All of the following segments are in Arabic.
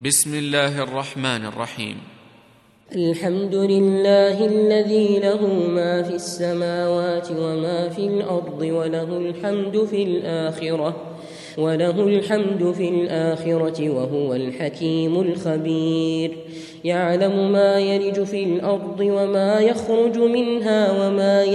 بسم الله الرحمن الرحيم. الحمد لله الذي له ما في السماوات وما في الأرض وله الحمد في الآخرة وهو الحكيم الخبير. يعلم ما يلج في الأرض وما يخرج منها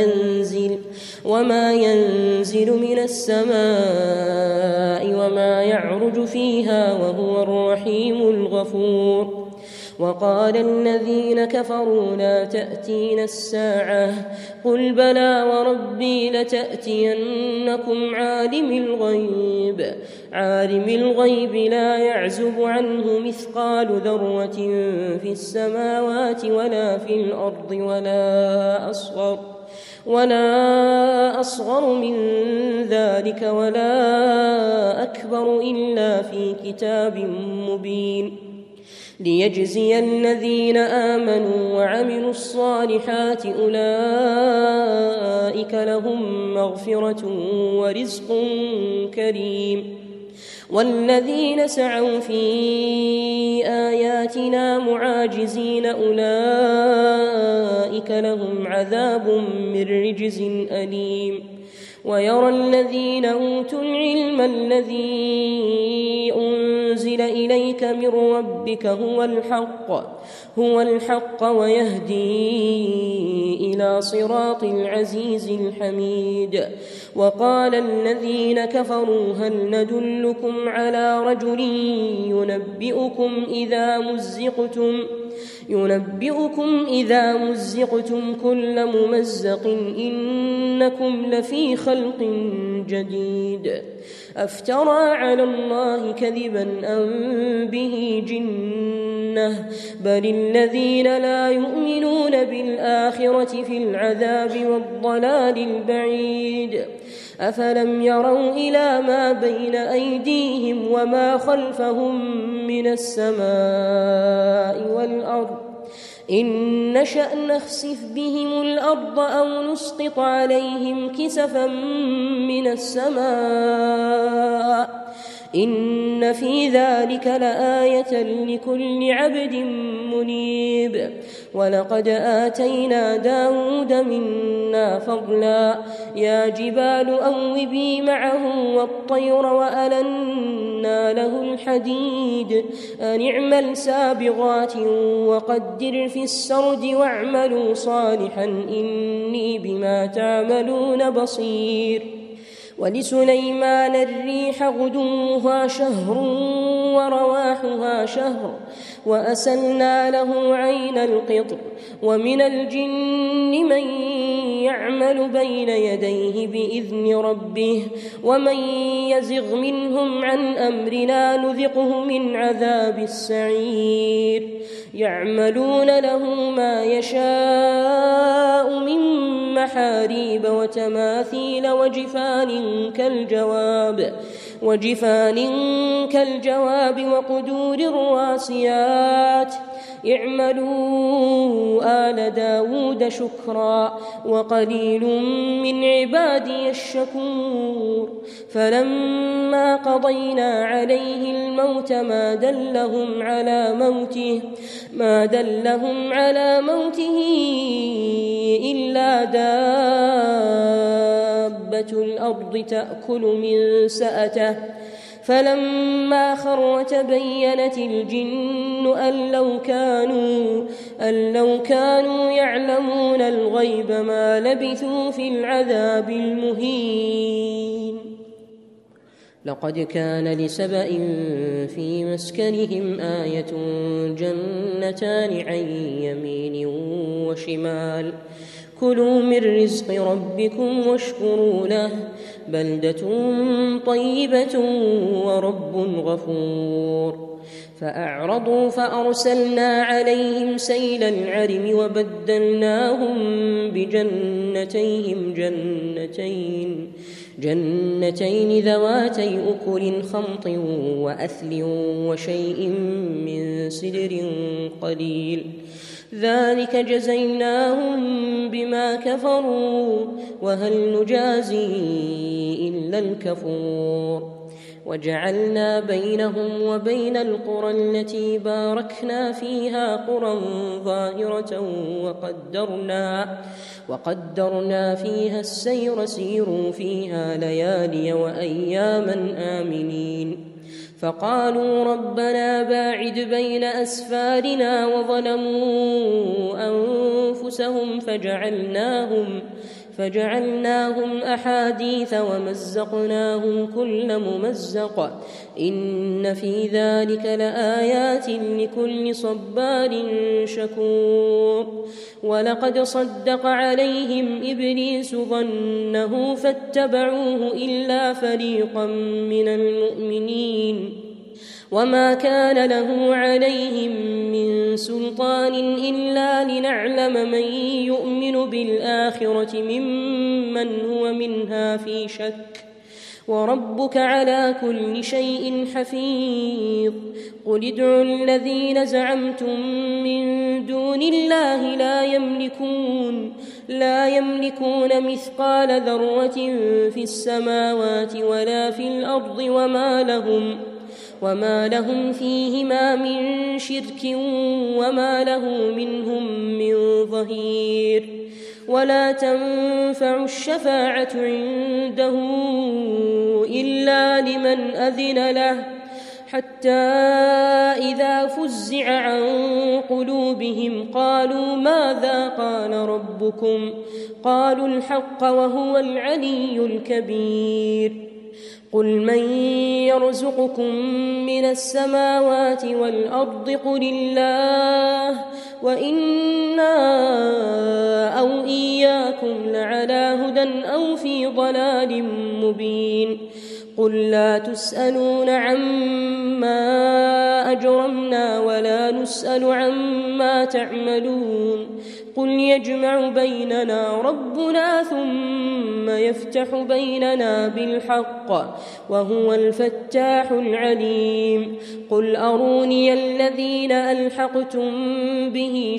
وما ينزل من السماء وما يعرج فيها وهو الرحيم الغفور. وقال الذين كفروا لا تأتينا الساعة قل بلى وربي لتأتينكم عالم الغيب لا يعزب عنه مثقال ذرة في السماوات ولا في الأرض ولا أصغر من ذلك ولا أكبر إلا في كتاب مبين. ليجزي الذين آمنوا وعملوا الصالحات أولئك لهم مغفرة ورزق كريم. والذين سعوا في آياتنا معاجزين أولئك لهم عذاب من رجز أليم. ويرى الذين أوتوا العلم الذي أنزل إليك من ربك هو الحق ويهدي إلى صراط العزيز الحميد. وقال الذين كفروا هل ندلكم على رجل ينبئكم إذا مزقتم كل ممزق إنكم لفي خلق جديد. أفترى على الله كذبا أم به جنة بل الذين لا يؤمنون بالآخرة في العذاب والضلال البعيد. أفلم يروا إلى ما بين أيديهم وما خلفهم من السماء والأرض إن نشأ نخسف بهم الأرض أو نسقط عليهم كسفا من السماء إن في ذلك لآية لكل عبد منيب. ولقد آتينا داود منا فضلا يا جبال أوبي معه والطير وألنا له الحديد أن اعمل سابغات وقدر في السرد واعملوا صالحا إني بما تعملون بصير. ولسليمان الريح غدوها شهر ورواحها شهر وأسلنا له عين القطر. ومن الجن من يعمل بين يديه بإذن ربه ومن يزغ منهم عن أمرنا نذقه من عذاب السعير. يعملون له ما يشاء من محاريب وتماثيل وجفان كالجواب وقدور الراسيات. اعملوا آل داود شكرا وقليل من عبادي الشكور. فلما قضينا عليه الموت ما دلهم على موته إلا دابة الأرض تأكل من سأته. فلما خر تبينت الجن أن لو كانوا يعلمون الغيب ما لبثوا في العذاب المهين. لقد كان لسبأ في مسكنهم آية جنتان عن يمين وشمال كلوا من رزق ربكم واشكروا له بلدة طيبة ورب غفور. فأعرضوا فأرسلنا عليهم سيل العرم وبدلناهم بجنتيهم جنتين ذواتي أكل خمط وأثل وشيء من سدر قليل ذلك جزيناهم بما كفروا وهل نجازي إلا الكفور. وجعلنا بينهم وبين القرى التي باركنا فيها قرى ظاهرة وقدرنا فيها السير سيروا فيها ليالي وأياما آمنين فقالوا ربنا باعد بين أسفارنا وظلموا أنفسهم فجعلناهم أحاديث ومزقناهم كل ممزق إن في ذلك لآيات لكل صبار شكور ولقد صدق عليهم إبليس ظنه فاتبعوه إلا فريقا من المؤمنين وما كان له عليهم من سلطان إلا لنعلم من يؤمن بالآخرة ممن هو منها في شك وربك على كل شيء حفيظ قل ادعوا الذين زعمتم من دون الله لا يملكون مثقال ذرة في السماوات ولا في الأرض وما لهم فيهما من شرك وما له منهم من ظهير ولا تنفع الشفاعة عنده إلا لمن أذن له حتى إذا فزع عن قلوبهم قالوا ماذا قال ربكم قالوا الحق وهو العلي الكبير قل من يرزقكم من السماوات والأرض قل الله وإنا أو إياكم لعلى هدى أو في ضلال مبين قل لا تسألون عما أجرمنا ولا نسأل عما تعملون قل يجمع بيننا ربنا ثم يفتح بيننا بالحق وهو الفتاح العليم قل أروني الذين ألحقتم به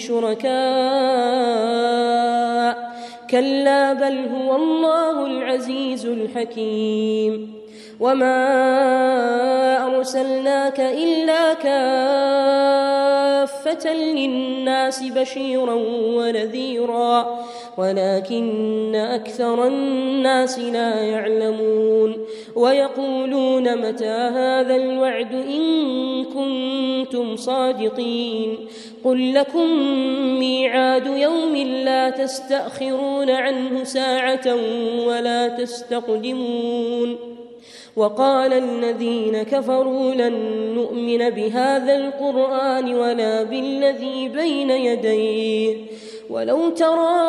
شركاء كلا بل هو الله العزيز الحكيم وما أرسلناك إلا كافة للناس بشيرا ونذيرا ولكن أكثر الناس لا يعلمون ويقولون متى هذا الوعد إن كنتم صادقين قل لكم ميعاد يوم لا تستأخرون عنه ساعة ولا تستقدمون وقال الذين كفروا لن نؤمن بهذا القرآن ولا بالذي بين يديه ولو ترى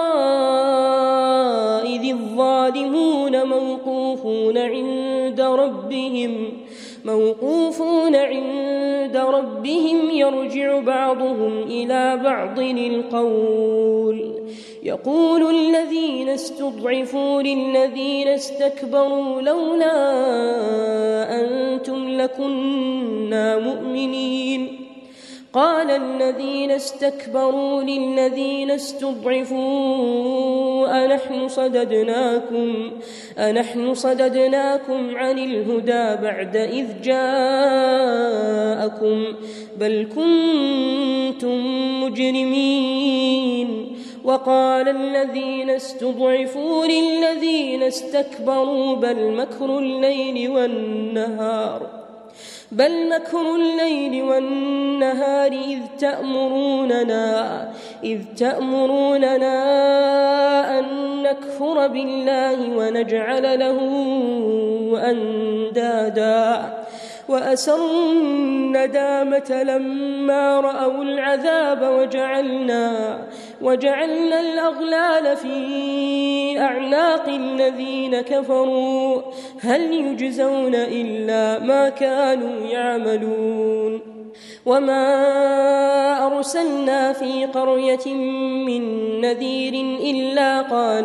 إذ الظالمون موقوفون عند ربهم يرجع بعضهم إلى بعض القول يقول الذين استضعفوا للذين استكبروا لولا أنتم لكنا مؤمنين قال الذين استكبروا للذين استضعفوا أنحن صددناكم عن الهدى بعد إذ جاءكم بل كنتم مجرمين وقال الذين استضعفوا للذين استكبروا بل مكر الليل والنهار إذ تأمروننا أن نكفر بالله ونجعل له أندادا وأسروا الندامة لما رأوا العذاب وجعلنا الأغلال في أعناق الذين كفروا هل يجزون إلا ما كانوا يعملون وما أرسلنا في قرية من نذير إلا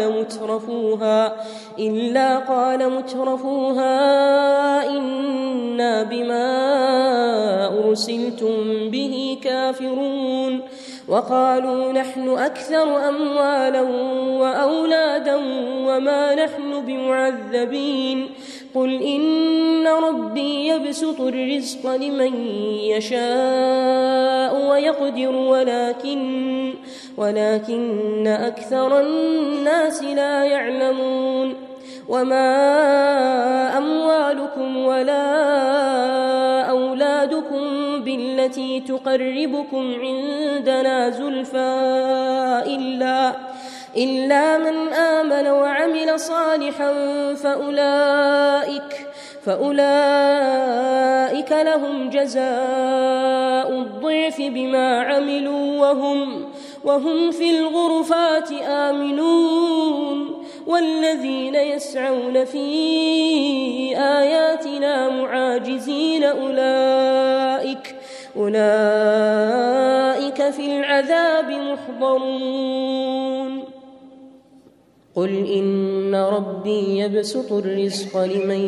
قال مترفوها إنا بما أرسلتم به كافرون وقالوا نحن أكثر أموالا وأولادا وما نحن بمعذبين قل إن ربي يبسط الرزق لمن يشاء ويقدر ولكن أكثر الناس لا يعلمون وما أموالكم ولا أولادكم بالتي تقربكم عندنا زلفى إلا من آمن وعمل صالحا فأولئك لهم جزاء الضعف بما عملوا وهم في الغرفات آمنون والذين يسعون في آياتنا معاجزين أولئك في العذاب محضرون قل إن ربي يبسط الرزق لمن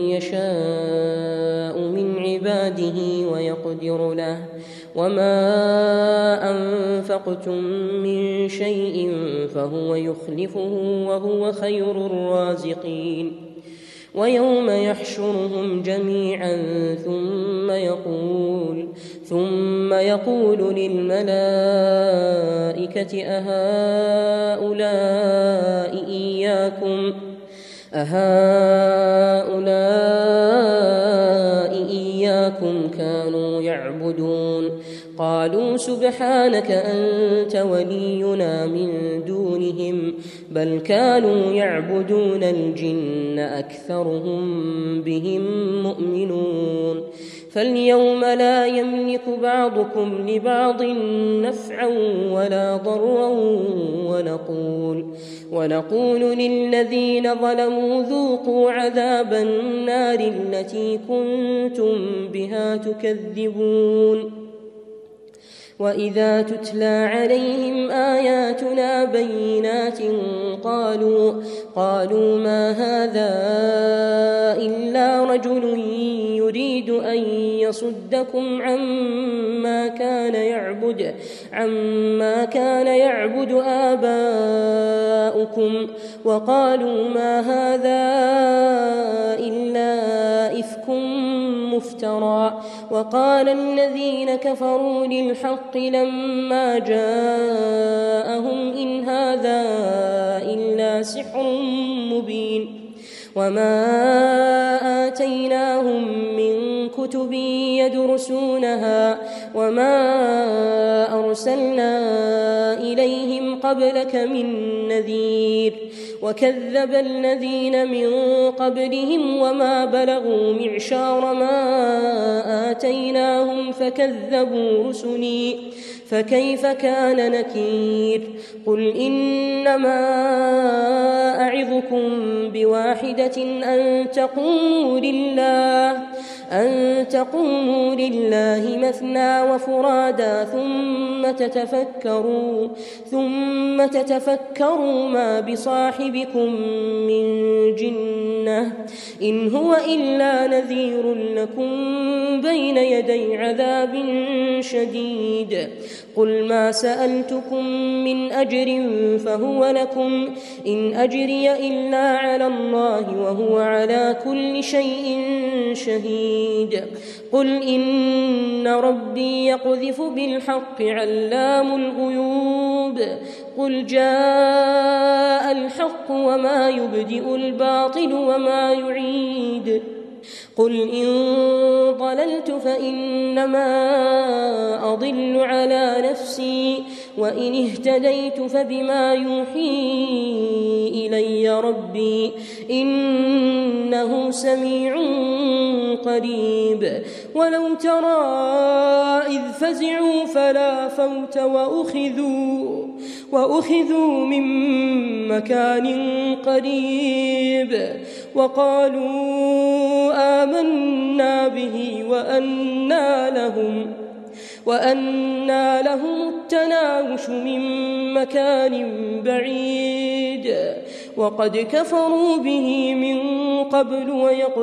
يشاء من عباده ويقدر له وما أنفقتم من شيء فهو يخلفه وهو خير الرازقين ويوم يحشرهم جميعا ثم يقول للملائكة أهؤلاء إياكم كانوا يعبدون قالوا سبحانك أنت ولينا من دونهم بل كانوا يعبدون الجن أكثرهم بهم مؤمنون فاليوم لا يملك بعضكم لبعض نفعا ولا ضرا ونقول للذين ظلموا ذوقوا عذاب النار التي كنتم بها تكذبون وإذا تتلى عليهم آياتنا بينات قالوا ما هذا إلا رجل يريد أن يصدكم عما كان يعبد آباؤكم وقالوا ما هذا إلا إفك مفترى وقال الذين كفروا للحق لما جاءهم إن هذا إلا سحر مبين وما آتيناهم من كتب يدرسونها وما أرسلنا إليهم قبلك من نذير وكذب الذين من قبلهم وما بلغوا معشار ما آتيناهم فكذبوا رسلي فكيف كان نكير قل إنما أعظكم بواحدة أن تقوموا لله مثنى وفرادا ثم تتفكروا ما بصاحبكم من جنة إن هو إلا نذير لكم بين يدي عذاب شديد قل ما سألتكم من أجر فهو لكم إن أجري إلا على الله وهو على كل شيء شهيد قل إن ربي يقذف بالحق علام الغيوب قل جاء الحق وما يبدئ الباطل وما يعيد قل إن ضللت فإنما أضل على نفسي وإن اهتديت فبما يوحي إلي ربي إنه سميع قريب ولو ترى إذ فزعوا فلا فوت وأخذوا من مكان قريب وقالوا آمنا به وأنى لهم التناوش من مكان بعيد وقد كفروا به من قبل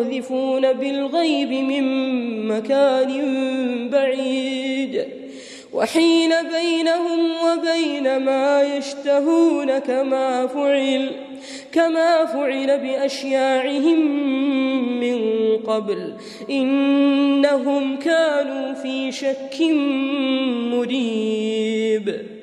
ويقذفون بالغيب من مكان بعيد وحيل بينهم وبين ما يشتهون كما فعل بأشياعهم من قبل إنهم كانوا في شك مريب